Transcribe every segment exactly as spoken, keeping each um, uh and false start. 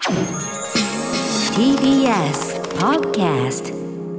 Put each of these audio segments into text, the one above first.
ティービーエス Podcast。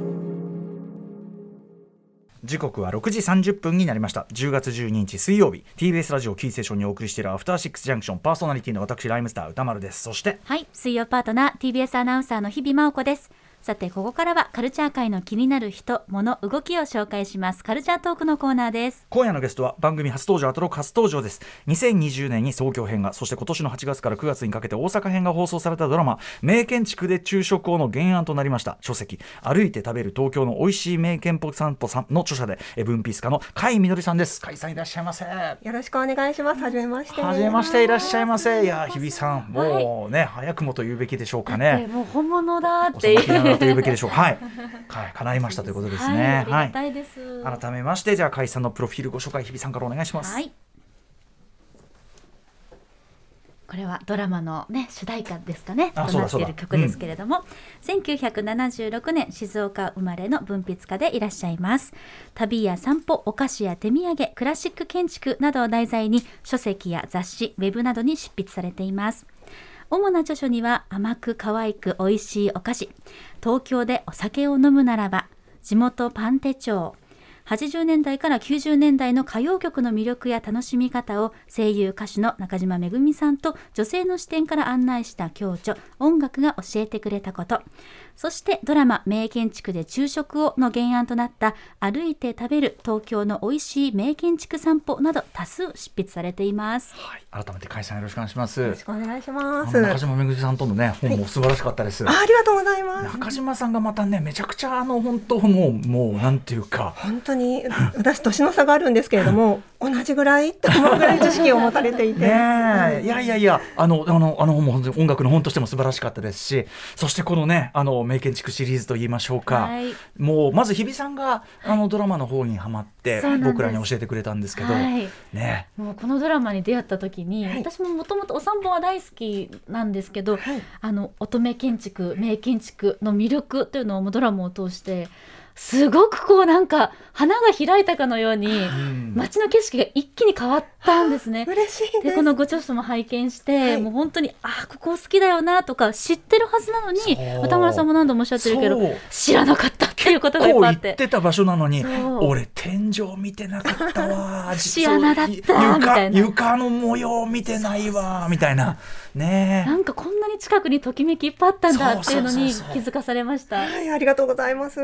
時刻はろくじさんじゅっぷんになりました。じゅうがつじゅうににち水曜日、 ティービーエス ラジオキーステーションにお送りしているアフターシックスジャンクション、パーソナリティの私ライムスター歌丸です。そしてはい、水曜パートナー ティービーエス アナウンサーの日々真央子です。さて、ここからはカルチャー界の気になる人、物、動きを紹介しますカルチャートークのコーナーです。 今夜のゲストは番組初登場、アトロク初登場です。にせんにじゅうねんに東京編が、そして今年のはちがつからくがつにかけて大阪編が放送されたドラマ、名建築で昼食をの原案となりました書籍、歩いて食べる東京の美味しい名店舗散歩さんの著者で文筆家の甲斐みのりさんです。甲斐さん、いらっしゃいませ。 よろしくお願いします。はじめまして。 はじめまして、いらっしゃいませ。いや、日比さん、もうね、はい、早くもと言うべきでしょうかね。 もう本物だっておさまきながらと言うべきでしょう。はい、はい、叶いましたということですね。 はい、ありがたいです。 はい、改めまして、じゃあ甲斐さんのプロフィールご紹介、日比さんからお願いします。 はい、これはドラマの、ね、主題歌ですかね、となっている曲ですけれども、うん、せんきゅうひゃくななじゅうろくねん静岡生まれの文筆家でいらっしゃいます。旅や散歩、お菓子や手土産、クラシック建築などを題材に書籍や雑誌、ウェブなどに執筆されています。主な著書には、甘く可愛く美味しいお菓子、東京でお酒を飲むならば、地元パン手帳、はちじゅうねんだいからきゅうじゅうねんだいの歌謡曲の魅力や楽しみ方を声優歌手の中島めぐみさんと女性の視点から案内した教著、音楽が教えてくれたこと、そしてドラマ名建築で昼食をの原案となった歩いて食べる東京の美味しい名建築散歩など多数執筆されています。 はい、改めて甲斐さん、よろしくお願いします。 よろしくお願いします。 中島めぐみさんとのね、本も素晴らしかったです。 はい、あ, ありがとうございます。 中島さんがまたね、めちゃくちゃあの本当もうもうなんていうか、 本当に私年の差があるんですけれども同じぐらいって思うぐらい知識を持たれていて、 ね、いやいやいや、あのあのあの本も音楽の本としても素晴らしかったですし、そしてこのね、あの名建築シリーズと言いましょうか、はい、もうまず日比さんがあのドラマの方にハマって僕らに教えてくれたんですけど、 はいね、 もうこのドラマに出会った時に、 はい、 私ももともとお散歩は大好きなんですけど、はい、あの乙女建築、名建築の魅力というのをドラマを通してすごくこうなんか花が開いたかのように、うん、街の景色が一気に変わったんですね。 嬉しいです。 でこのご著書も拝見して、はい、もう本当にあここ好きだよなとか知ってるはずなのに、歌丸さんも何度もおっしゃってるけど知らなかったっていうことがいっぱいあって、 結構行ってた場所なのに俺天井見てなかったわ節穴だったみたいな、 床の模様見てないわみたいなね、 なんかこんなに近くにときめきいっぱいあったんだっていうのに気づかされました。 はい、ありがとうございます。うん、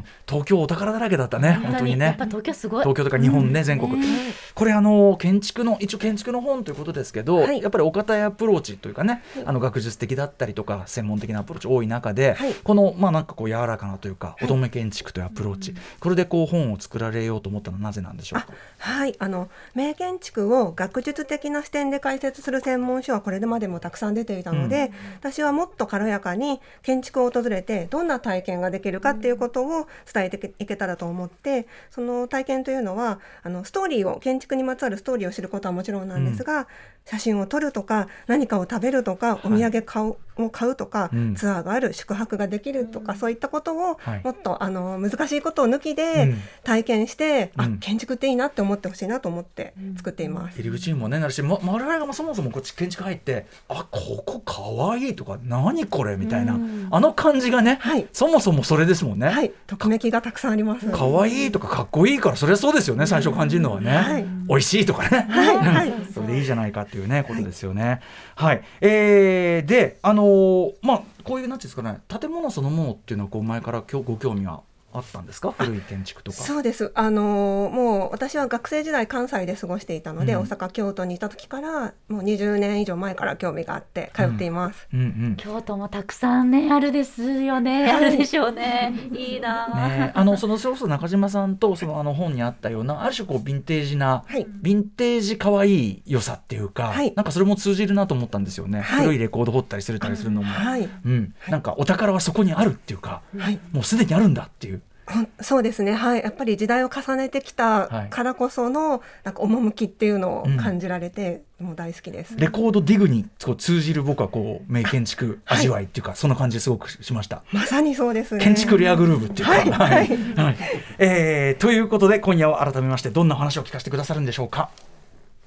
東京お宝だらけだったね、本当にね。 やっぱ東京すごい。 東京とか日本ね、うん、全国、ね、これあの建築の一応建築の本ということですけど、はい、やっぱりお堅いアプローチというかね、はい、あの学術的だったりとか専門的なアプローチ多い中で、はい、このまあなんかこう柔らかなというか、はい、乙女建築というアプローチ、うん、これでこう本を作られようと思ったのはなぜなんでしょうか。 はい、あの名建築を学術的な視点で解説する専門書はこれまでもたくさん出ていたので、うん、私はもっと軽やかに建築を訪れてどんな体験ができるかっていうことを伝えていけたらと思って、その体験というのはあのストーリーを建築にまつわるストーリーを知ることはもちろんなんですが、うん、写真を撮るとか何かを食べるとか、はい、お土産買うを買うとか、うん、ツアーがある、宿泊ができるとか、うん、そういったことを、はい、もっとあの難しいことを抜きで体験して、うん、あ建築っていいなって思ってほしいなと思って作っています。 入り口にもねなるし、ま、我々がそもそもこっち建築入ってあここかわいいとか何これみたいな、うん、あの感じがね、はい、そもそもそれですもんね。 はい、ときめきがたくさんあります。 かわいいとかかっこいいからそれはそうですよね、最初感じるのはね、はい、美味しいとかね、 はいはい、 それでいいじゃないかっていうねことですよね。はい、はい、えー、であのー、まあこういうなんていうんですかね、建物そのものっていうのはこう前からご興味はあったんですか。古い建築とか。 そうです、あのー、もう私は学生時代関西で過ごしていたので、うん、大阪京都にいた時からもうにじゅうねん以上前から興味があって通っています、 うんうんうん、京都もたくさんねあるですよね、はい、あるでしょうねいいな、 ね、あのそのそれこそ中島さんとそのあの本にあったようなある種こうヴィンテージな、はい、ヴィンテージかわいい良さっていうか、はい、なんかそれも通じるなと思ったんですよね、はい、古いレコード掘ったりするたりするのも、はいうん、なんかお宝はそこにあるっていうか、はい、もうすでにあるんだっていう。 そうですね、はい、やっぱり時代を重ねてきたからこそのなんか趣っていうのを感じられて、うん、もう大好きです。 レコードディグにこう通じる僕はこう名建築味わいっていうか、はい、そんな感じすごくしました。 まさにそうですね、 建築レアグルーヴっていうか、はいはいはいえー、ということで今夜は改めましてどんな話を聞かせてくださるんでしょうか。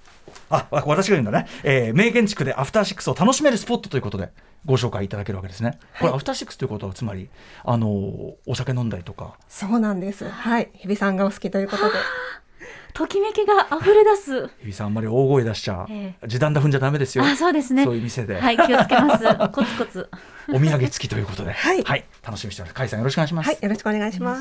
あ、私が言うんだね、えー、名建築でアフターシックスを楽しめるスポットということでご紹介いただけるわけですね。これ、はい、アフターシックスということはつまりあのお酒飲んだりとか。 そうなんです。はい、日比さんがお好きということでときめきが溢れ出す。 日比さんあんまり大声出しちゃ、えー、時短だ踏んじゃダメですよ。 あ、そうですね。 そういう店で、 はい、気をつけますコツコツお土産付きということで、はい、はい、楽しみにしてます。甲斐さんよろしくお願いします。 はい、よろしくお願いします。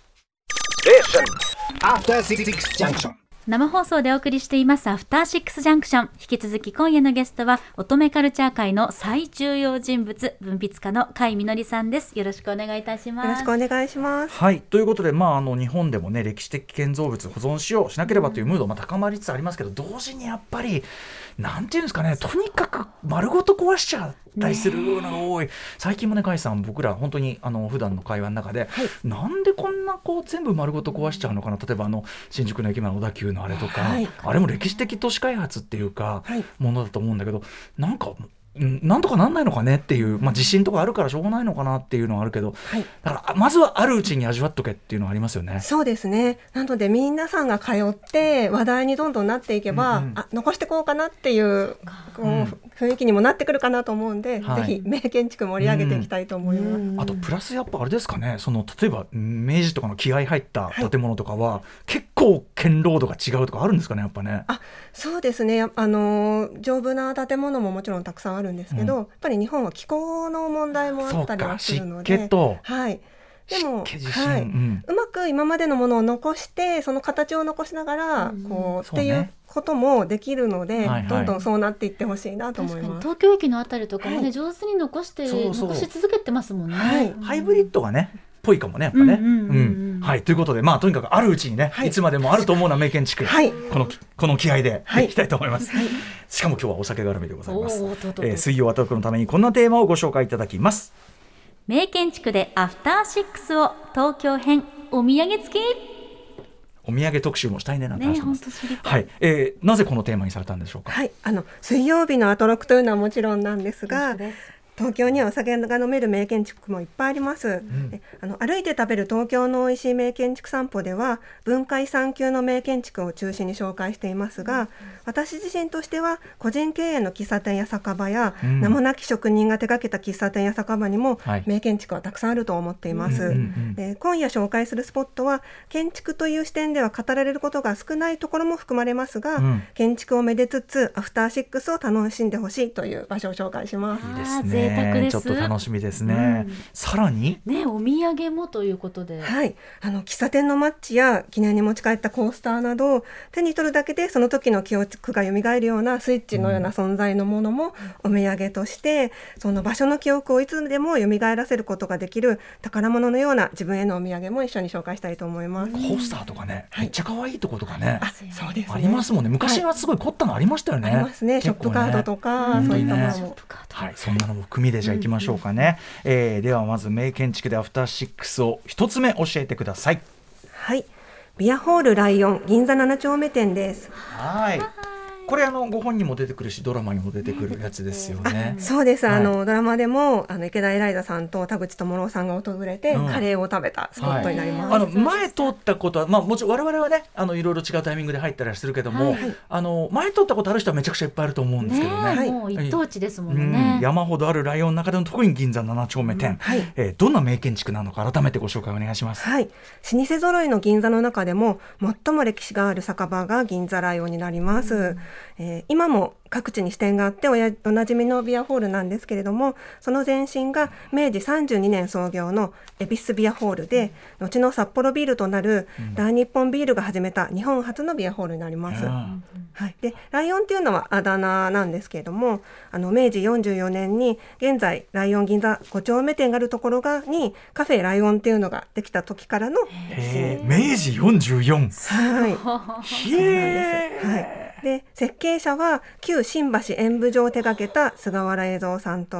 生放送でお送りしていますアフターシックスジャンクション。引き続き今夜のゲストは乙女カルチャー界の最重要人物、文筆家の甲斐みのりさんです。よろしくお願いいたします。 よろしくお願いします。 はい、ということで、まあ、あの日本でもね歴史的建造物保存しようしなければというムード、まあ、高まりつつありますけど、同時にやっぱりなんていうんですかね、とにかく丸ごと壊しちゃったりするのが多い、ね、最近もね甲斐さん僕ら本当にあの普段の会話の中で、はい、なんでこんなこう全部丸ごと壊しちゃうのかな。例えばあの新宿の駅前の小田急のあれとか、はい、あれも歴史的都市開発っていうか、はい、ものだと思うんだけど、なんかなんとかなんないのかねっていう、まあ、地震とかあるからしょうがないのかなっていうのはあるけど、はい、だからまずはあるうちに味わっとけっていうのはありますよね。 そうですね。なので皆さんが通って話題にどんどんなっていけば、うんうん、あ残してこうかなっていうこう、うん、雰囲気にもなってくるかなと思うんで、はい、ぜひ名建築盛り上げていきたいと思います、うん、 あとプラスやっぱあれですかね、その例えば明治とかの気合入った建物とかは、はい、結構堅牢度が違うとかあるんですかね、やっぱね。 あ、そうですね。あの丈夫な建物ももちろんたくさんあるんですけど、うん、やっぱり日本は気候の問題もあったりはするので、 湿気と、 はい、でも、 はい、うん、 うまく今までのものを残してその形を残しながら、うん、こうっていうこともできるので、はいはい、どんどんそうなっていってほしいなと思います。 確かに東京駅のあたりとかもね、はい、上手に残してそうそう残し続けてますもんね、はい、 ハイブリッドがねぽいかもねやっぱね、うんうんうんうん、はい、ということで、まあ、とにかくあるうちにね、はい、いつまでもあると思うな名建築、はい、このこの気合でいきたいと思います、はい、しかも今日はお酒絡みでございます。えー、水曜アトロクのためにこんなテーマをご紹介いただきます。 名建築でアフターシックスを東京編お土産付き。 お土産特集もしたいねなんて話します、 ね、 はい、えー、なぜこのテーマにされたんでしょうか。 はい、あの水曜日のアトロクというのはもちろんなんですが、東京にはお酒が飲める名建築もいっぱいあります、うん、あの歩いて食べる東京の美味しい名建築散歩では文化遺産級の名建築を中心に紹介していますが、うん、私自身としては個人経営の喫茶店や酒場や、うん、名もなき職人が手掛けた喫茶店や酒場にも名建築はたくさんあると思っています、はい、で今夜紹介するスポットは建築という視点では語られることが少ないところも含まれますが、うん、建築をめでつつアフターシックスを楽しんでほしいという場所を紹介します。 いいですね、ちょっと楽しみですね、うん、さらに、 ね、お土産もということで、 はい、あの喫茶店のマッチや記念に持ち帰ったコースターなど手に取るだけでその時の記憶が蘇るようなスイッチのような存在のものもお土産として、うん、その場所の記憶をいつでも蘇らせることができる宝物のような自分へのお土産も一緒に紹介したいと思います。 コースターとかね、はい、めっちゃ可愛いとことかね、 あ、そうですね、 ありますもんね。昔はすごい凝ったのありましたよね、 はい、ありますね、ショップカードとか、ね、そういったものも、 はい、そんなのも組みでじゃあいきましょうかね、うんうん、えー、ではまず名建築でアフターシックスを一つ目教えてください。 はい、ビアホールライオン銀座なな丁目店です。 はい、これあのご本にも出てくるしドラマにも出てくるやつですよね。 そうです、はい、あのドラマでもあの池田エライザさんと田口智朗さんが訪れて、うん、カレーを食べたスポットになります、 はい、あの前通ったことは、まあ、もちろん我々はねあのいろいろ違うタイミングで入ったりするけども、はい、あの前通ったことある人はめちゃくちゃいっぱいあると思うんですけどね、 ね、もう一等地ですもんね、 うん、山ほどあるライオンの中でも特に銀座なな丁目店、うん、はい、えー、どんな名建築なのか改めてご紹介お願いします。 はい、老舗揃いの銀座の中でも最も歴史がある酒場が銀座ライオンになります、うん、えー、今も各地に支店があって お, やおなじみのビアホールなんですけれども、その前身がめいじさんじゅうにねん創業の恵比寿ビアホールで、うん、後の札幌ビールとなる大日本ビールが始めた日本初のビアホールになります、うん、はい、でライオンっていうのはあだ名なんですけれども、あのめいじよんじゅうよねんに現在ライオン銀座ご丁目店があるところがにカフェライオンっていうのができた時からの、 へー、めいじよんじゅうよん、 はい、 へー、 はい、で設計者は旧新橋演舞場を手掛けた菅原栄三さんと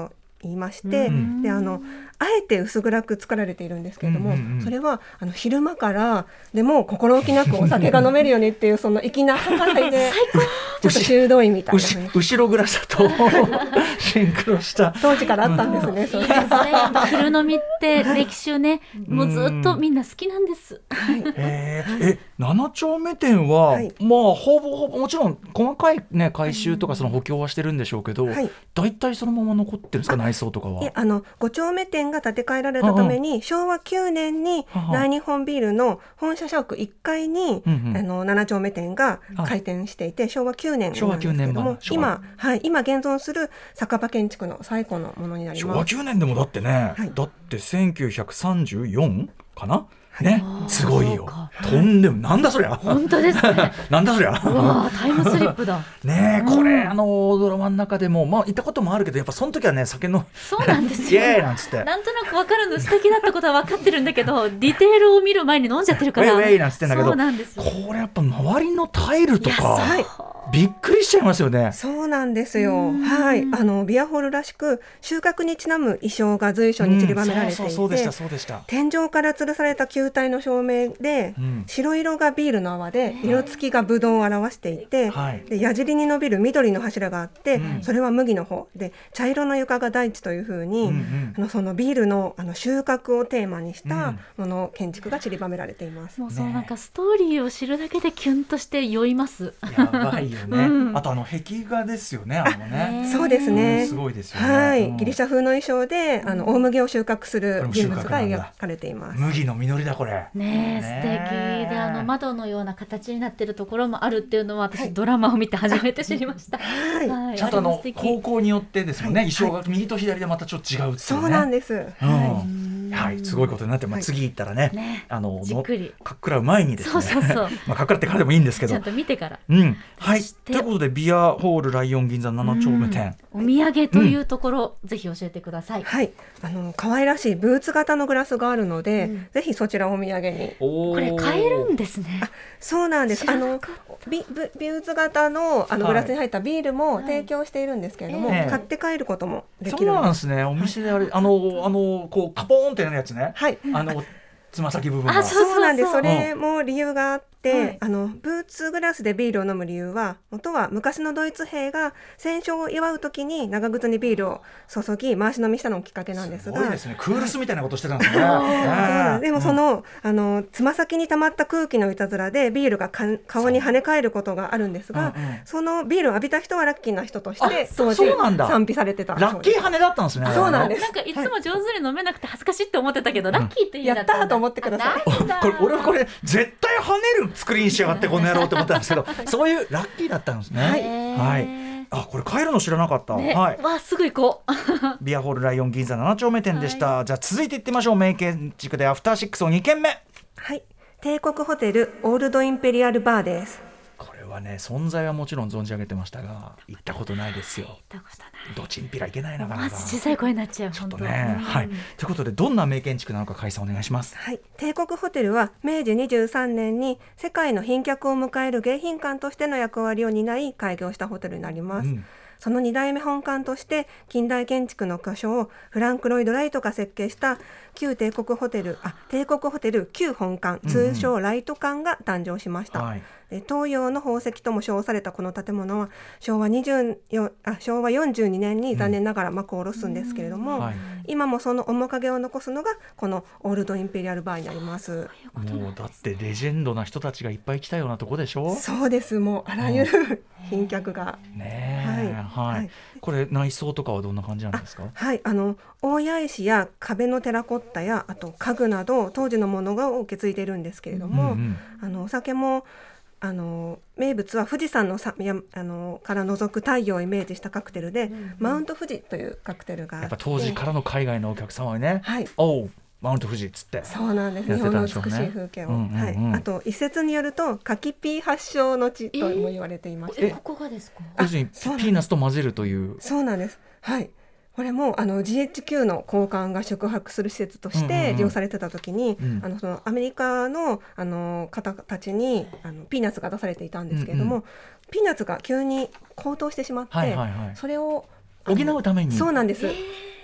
言いまして、 うん、 であのあえて薄暗く作られているんですけれども、うんうんうん、それはあの昼間からでも心置きなくお酒が飲めるようにっていうその粋な計らいでちょっと修道院みたいな、ね、 後ろ暗さとシンクロした当時からあったんですね、うん、 それ昼飲みって歴史をねもうずっとみんな好きなんです、 はい、 えー、えなな丁目店は、はい、まあほぼほぼもちろん細かい、ね、改修とかその補強はしてるんでしょうけど、はい、だいたいそのまま残ってるんですか、内装とかは。 いあのご丁目店が建て替えられたためにしょうわきゅうねんに大日本ビールの本社社屋いっかいに、うんうん、あのなな丁目店が開店していてしょうわきゅうねんなんですけども、今、はい、今現存する酒場建築の最古のものになります。 しょうわきゅうねんでもだってね、はい、だってせんきゅうひゃくさんじゅうよんかな、ね、すごいよ。とんでもなんだそりゃ。 本当ですね。 なんだそりゃ。 うわタイムスリップだ。 ねえ、これあのドラマの中でもまあ行ったこともあるけど、やっぱその時はね酒のそうなんですよ。 イエーイなんつって。 なんとなく分かるの素敵だったことは分かってるんだけど、ディテールを見る前に飲んじゃってるから。 ウェイウェイなんつってんだけど。 そうなんですよ。 これやっぱ周りのタイルとか。びっくりしちゃいますよね。 そうなんですよ。はい、あのビアホールらしく収穫にちなむ衣装が随所に散りばめられていて、 そうでしたそうでした。 天井から吊るされた球体の照明で、うん、白色がビールの泡で色付きがブドウを表していて、はい、で矢尻に伸びる緑の柱があって、うん、それは麦の方で茶色の床が大地というふうに、うんうん、あのそのビール の, あの収穫をテーマにしたもの、うん、建築が散りばめられています。 もうそのなんかストーリーを知るだけでキュンとして酔います。 やばいよね、うん、あとあの壁画ですよね、あのね。 そうですね、 すごいですよね、 はい、ギリシャ風の衣装であの大麦を収穫する人物が描かれています。 麦の実りだこれねえ、素敵で、あの窓のような形になっているところもあるっていうのは私、はい、ドラマを見て初めて知りました、 はいはい、 ちゃんとあの方向によってですもんね、はい、衣装が右と左でまたちょっと違うっていうね。 そうなんです、うん、 はいはい、すごいことになって、まあ、次行ったらね、はい、ねあのじっくりかっくらう前にですね、そうそうそうまあかっくらってからでもいいんですけど、 ちゃんと見てから、 うんはい、ということでビアホールライオン銀座なな丁目店、 お土産というところ、うん、ぜひ教えてください。 はい、あの可愛らしいブーツ型のグラスがあるので、うん、ぜひそちらをお土産に。 これ買えるんですね。 あそうなんです。あのビビューズ型 の, あのグラスに入ったビールも提供しているんですけれども、はい、買って帰ることもできるんです。 そうなんですね。お店であれ、はい、あのあのこうカポーンってなるやつね、はい、あのつま先部分が。 あそうそうそうなんです。それも理由があって、はい、あのブーツグラスでビールを飲む理由は、元は昔のドイツ兵が戦勝を祝うときに長靴にビールを注ぎ回し飲みしたのがきっかけなんですが、 すごいですね。クールスみたいなことしてたんですね。 そうでもその、うん、あのつま先に溜まった空気のいたずらでビールがか顔に跳ね返ることがあるんですが、 そ,、うんうん、そのビールを浴びた人はラッキーな人として当時賛否されてた。 ラッキー跳ねだったんですね。 そうなんです。 なんかいつも上手に飲めなくて恥ずかしいって思ってたけど、はい、ラッキーっていいんだったんだ、やったと思ってください。 これ俺はこれ絶対跳ねる作りにしやがってこの野郎って思ったんですけどそういうラッキーだったんですね。はい、はい、あこれ買えるの知らなかった、 ね、 はい、 わすぐ行こうビアホールライオン銀座なな丁目店でした、はい、じゃあ続いていってみましょう。名建築でアフターシックスをに軒目。 はい、帝国ホテルオールドインペリアルバーです。 これはね存在はもちろん存じ上げてましたが行ったことないですよ。 行ったことない。 どちんぴらいけないなかなか。 まず小さい声になっちゃう。 ちょっとね、はい、ということでどんな名建築なのか、甲斐さんお願いします。 はい、帝国ホテルは明治にじゅうさんねんに世界の賓客を迎える迎賓館としての役割を担い開業したホテルになります、うん、そのに代目本館として近代建築の巨匠フランク・ロイド・ライトが設計した旧帝国ホテルあ帝国ホテル旧本館、通称ライト館が誕生しました、うんうんはい、東洋の宝石とも称されたこの建物は昭和にじゅうよんあ昭和よんじゅうにねんに残念ながら幕を下ろすんですけれども、うんはい、今もその面影を残すのがこのオールドインペリアルバーになります。 もうだってレジェンドな人たちがいっぱい来たようなとこでしょ。 そうです。もうあらゆる賓客が、 ねえ、はいはい、これ内装とかはどんな感じなんですか。 はい、あの大谷石や壁のテラコッタやあと家具など当時のものが受け継いでいるんですけれども、うんうん、あのお酒もあの名物は富士山のさやあのから覗く太陽をイメージしたカクテルで、うんうん、マウント富士というカクテルがあって、 やっぱ当時からの海外のお客様はね、 はい、 おうマウント富士っつってそうなんです、ね、日本の美しい風景を、うんうんうんはい、あと一説によるとカキピー発祥の地とも言われていまして、 えー、ここがですか。 要するにピーナッツと混ぜるというそうなんです。はい、これもあの ジーエイチキュー の高官が宿泊する施設として利用されてた時に、うんうんうん、あのそのアメリカ の, あの方たちにあのピーナッツが出されていたんですけれども、うんうん、ピーナッツが急に高騰してしまって、はいはいはい、それを補うためにそうなんです、えー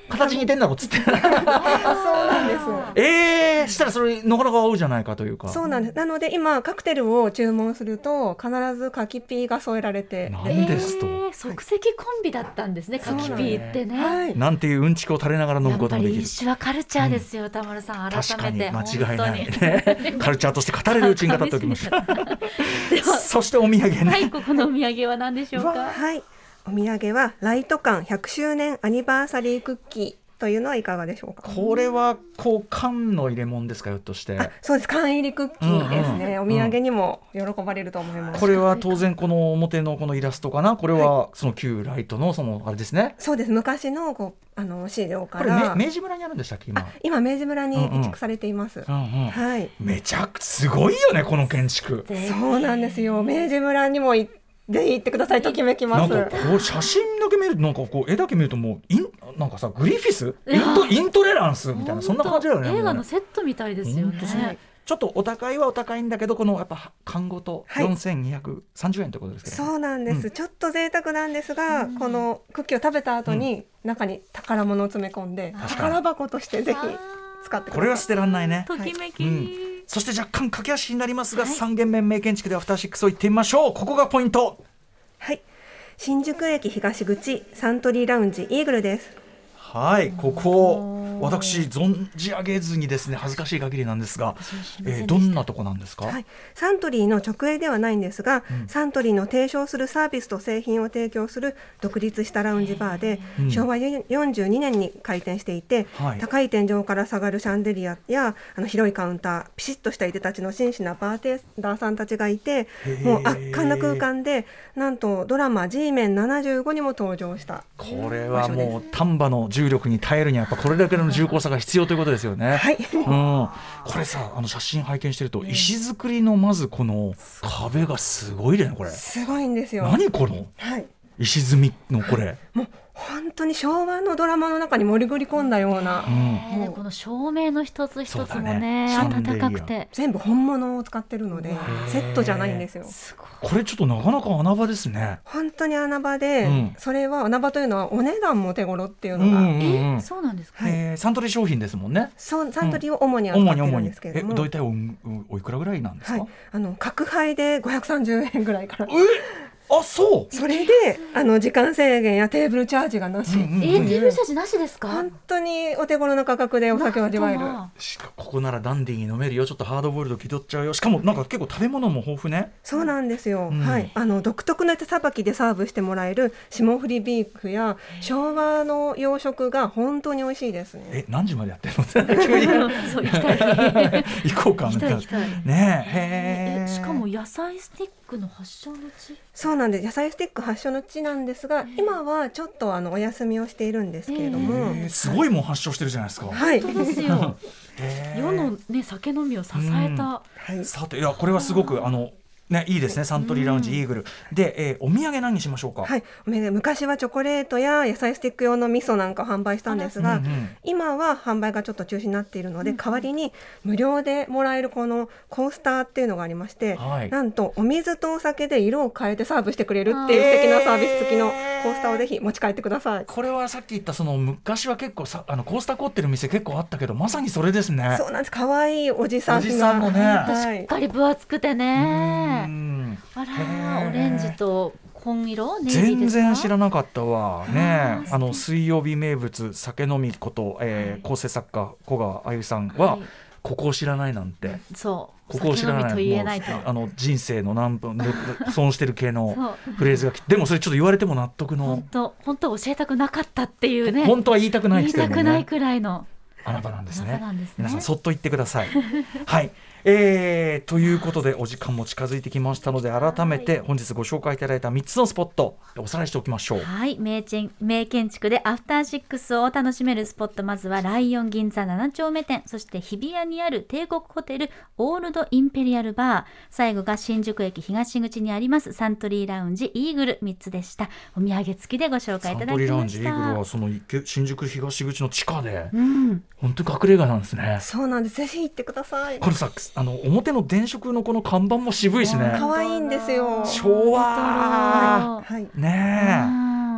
形似てんだろっつってそうなんです。 えー、したらそれなかなか合うじゃないかというか。 そうなんです。なので今カクテルを注文すると必ず柿ピーが添えられて、 なんですと、 えー、即席コンビだったんですね、柿ピーってね、 はい、 なんていううんちくを垂れながら飲むこともできる。 やっぱり飲酒はカルチャーですよ、歌丸さん、改めて確かに間違いない、 ね、 カルチャーとして語れるうちに語っておきましょうそしてお土産ね、 はい、ここのお土産は何でしょうか。 はい、お土産はライト缶ひゃくしゅうねんアニバーサリークッキーというのはいかがでしょうか。 これはこう缶の入れ物ですか、ひょっとして。 そうです、缶入りクッキーですね、うんうん、お土産にも喜ばれると思います、うん、 これは当然この表のこのイラストかな、これはその旧ライトのそのあれですね。 そうです、昔のこうあの資料から。 これ明治村にあるんでしたっけ今。 今明治村に移築されています、 うんうんうんうん、 はい、 めちゃくちゃすごいよねこの建築。 そうなんですよ、明治村にも行ってぜひ行ってください、ときめきます。 なんかこう写真だけ見るとなんかこう絵だけ見るともうインなんかさグリフィスイントイントレランスみたいなそんな感じだよね。 映画のセットみたいですよね。 ちょっとお高いはお高いんだけどこのやっぱ缶ごとよんせんにひゃくさんじゅうえんってことですけど、ね、 そうなんです、うん、ちょっと贅沢なんですが、 うん、 このクッキーを食べた後に中に宝物を詰め込んで、うん、宝箱としてぜひ使ってください。 これは捨てらんないね。 ときめき、 はい、うん、そして若干駆け足になりますが、はい、三軒目名建築でアフターシックスを行ってみましょう。ここがポイント。 はい、新宿駅東口サントリーラウンジイーグルです。 はい、ここ私存じ上げずにですね恥ずかしい限りなんですが、えー、どんなとこなんですか。 はい、サントリーの直営ではないんですが、うん、サントリーの提唱するサービスと製品を提供する独立したラウンジバーで、うん、しょうわよんじゅうにねんに開店していて、はい、高い天井から下がるシャンデリアやあの広いカウンター、ピシッとしたいでたちの真摯なバーテンダーさんたちがいて、もう圧巻な空間で、なんとドラマ G メンななじゅうごにも登場したこれはもう丹波の重力に耐えるにはやっぱこれだけの重厚さが必要ということですよね。 はい、 うん、これさあの写真拝見してると石造りのまずこの壁がすごいね。これすごいんですよ。 何この、はい、石積みのこれもう本当に昭和のドラマの中に盛りぐり込んだような、 うん、もうこの照明の一つ一つも ね, ね暖かくて全部本物を使ってるのでセットじゃないんですよ。 すごい。 これちょっとなかなか穴場ですね。 本当に穴場で、うん、それは穴場というのはお値段も手頃っていうのが、 うんうんうん、えそうなんですか、 はい、えー、サントリー商品ですもんね。 そうサントリーを主に扱ってるんですけれども、 うん、えどういった お, おいくらぐらいなんですか。 はい、あの角杯でごひゃくさんじゅうえんぐらいから。 えあそうそれであの時間制限やテーブルチャージがなし、うんうん、 えー、テーブルチャージなしですか。 本当にお手頃な価格でお酒を味わえる。 しかここならダンディーに飲めるよ。ちょっとハードボイルド気取っちゃうよ。しかもなんか結構食べ物も豊富ね。 そうなんですよ、うん、はい、あの独特の手さばきでサーブしてもらえる霜降りビーフや昭和の洋食が本当に美味しいですね。 え何時までやってるの急にそう行きたい行こうかみたいなねえ。へえしかも野菜スティックの発祥の地。 そうなんです。野菜スティック発祥の地なんですが、今はちょっとあのお休みをしているんですけれども、 えー、すごいもん発祥してるじゃないですか。 はい、 本当ですよ世の、ね、酒飲みを支えた、 はい、さていやこれはすごくあのね、いいですね。サントリーラウンジイーグルで、えー、お土産何にしましょうか。 はい、お土産昔はチョコレートや野菜スティック用の味噌なんかを販売したんですが、うんうん、今は販売がちょっと中止になっているので、うん、代わりに無料でもらえるこのコースターっていうのがありまして、はい、なんとお水とお酒で色を変えてサーブしてくれるっていう素敵なサービス付きのコースターをぜひ持ち帰ってください。 これはさっき言ったその昔は結構さあのコースター凍ってる店結構あったけどまさにそれですね。 そうなんです。可愛いおじさんがおじさんのね、 はい、しっかり分厚くてね。うんあらオレンジと紺色ネイビーですか。 全然知らなかったわね。あの水曜日名物酒飲みこと、えー、構成作家小川あゆさんは、はい、ここを知らないなんて。 そうここを知らないと言えないとあの人生の何分損してる系のフレーズがでもそれちょっと言われても納得の本当本当教えたくなかったっていうね。 本当は言いたくないですよね。 言いたくないくらいの穴場なんですね。 なんですね。 皆さんそっと言ってくださいはい、えー、ということでお時間も近づいてきましたので改めて本日ご紹介いただいたみっつのスポットおさらいしておきましょう。 はい、名建、名建築でアフターシックスを楽しめるスポット、まずはライオン銀座なな丁目店、そして日比谷にある帝国ホテルオールドインペリアルバー、最後が新宿駅東口にありますサントリーラウンジイーグルみっつでした。お土産付きでご紹介いただきました。サントリーラウンジイーグルはその新宿東口の地下で、 うん、 本当に隠れ家なんですね。 そうなんです。ぜひ行ってください。 これさあの表の電飾のこの看板も渋いしね。 可愛いんですよ。 昭和、 はい、 ねえ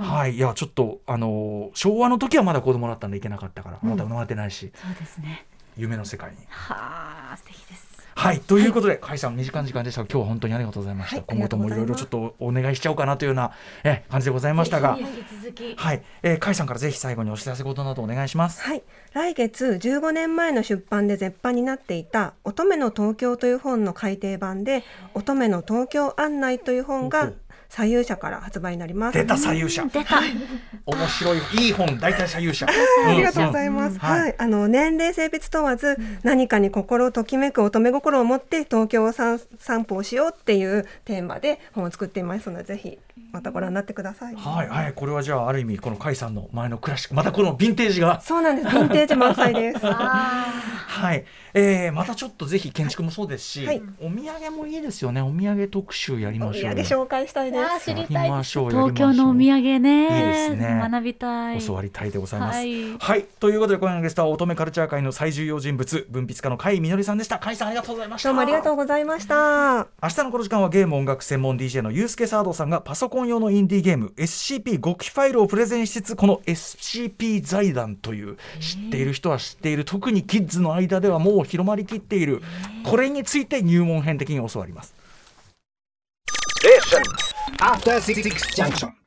はい、いやちょっとあのー、昭和の時はまだ子供だったんで行けなかったから、まだ生まれてないし、 そうですね、 夢の世界に。 はあ、素敵です。 はい、ということで、甲斐さん短い時間でしたが今日は本当にありがとうございました。はい、今後ともいろいろちょっとお願いしちゃおうかなというようなえ感じでございましたが、はい、えー、甲斐さんからぜひ最後にお知らせことなどお願いします。 はい、来月じゅうごねんまえの出版で絶版になっていた乙女の東京という本の改訂版で乙女の東京案内という本が左右者から発売になります。 出た左右者、 出た面白いいい本、大体左右者ありがとうございます、うん、はい、あの年齢性別問わず、うん、何かに心ときめく乙女心を持って東京を散歩をしようっていうテーマで本を作っていますので、ぜひまたご覧になってください。 はい、はい、これはじゃあある意味この甲斐さんの前のクラシック、またこのヴィンテージが、 そうなんです、ヴィンテージ満載ですはい、えー、またちょっとぜひ建築もそうですし、はい、お土産もいいですよね。お土産特集やりましょう。 お土産紹介したいです。 知りたいです。東京のお土産ね、 いいですね、 学びたい、 教わりたいでございます。はい、 はい、 ということで今夜のゲストは乙女カルチャー界の最重要人物、文筆家の甲斐みのりさんでした。甲斐さんありがとうございました。 どうもありがとうございました。 明日のこの時間はゲーム音楽専門 ディージェー のユースケサードさんがパソコン用のインディーゲーム エスシーピー 極秘ファイルをプレゼンしつつ、この エスシーピー 財団という知っている人は知っている、特にキッズの間ではもう広まりきっている、これについて入門編的に教わります。 After Six Junction